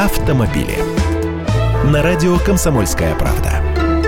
автомобили. На радио «Комсомольская правда».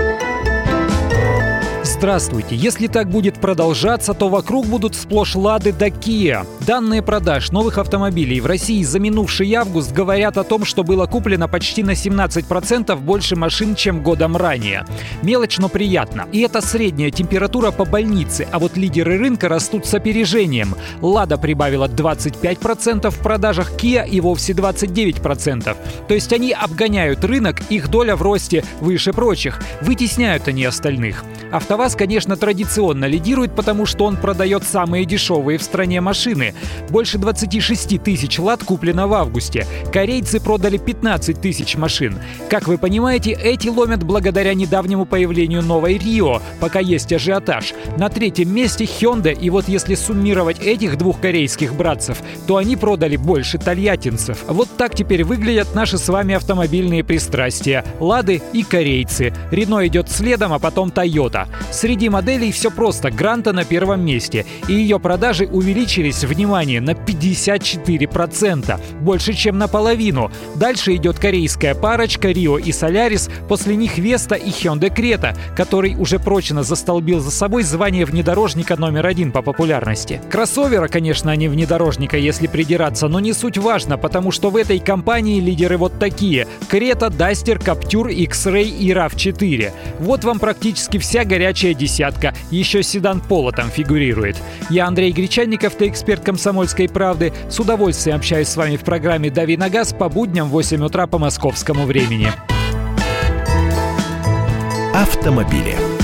Здравствуйте! Если так будет продолжаться, то вокруг будут сплошь «Лады» да «Киа». Данные продаж новых автомобилей в России за минувший август говорят о том, что было куплено почти на 17% больше машин, чем годом ранее. Мелочь, но приятно. И это средняя температура по больнице, а вот лидеры рынка растут с опережением. «Лада» прибавила 25% в продажах, «Киа» и вовсе 29%. То есть они обгоняют рынок, их доля в росте выше прочих. Вытесняют они остальных. АвтоВАЗ, конечно, традиционно лидирует, потому что он продает самые дешевые в стране машины. Больше 26 тысяч «Лад» куплено в августе. Корейцы продали 15 тысяч машин. Как вы понимаете, эти ломят благодаря недавнему появлению новой «Рио», пока есть ажиотаж. На третьем месте Hyundai, и вот если суммировать этих двух корейских братцев, то они продали больше тольяттинцев. Вот так теперь выглядят наши с вами автомобильные пристрастия. «Лады» и корейцы. Renault идет следом, а потом Toyota. Среди моделей все просто. Гранта на первом месте. И ее продажи увеличились, внимание, на 54%. Больше, чем наполовину. Дальше идет корейская парочка Rio и Solaris. После них Vesta и Hyundai Creta, который уже прочно застолбил за собой звание внедорожника номер 1 по популярности. Кроссовера, конечно, а не внедорожника, если придираться, но не суть важно, потому что в этой компании лидеры вот такие: Creta, Duster, Captur, X-Ray и RAV4. Вот вам практически вся горячая десятка. Еще седан Polo там фигурирует. Я Андрей Гречанников, эксперт «Комсомольской правды». С удовольствием общаюсь с вами в программе «Дави на газ» по будням в 8 утра по московскому времени. Автомобили.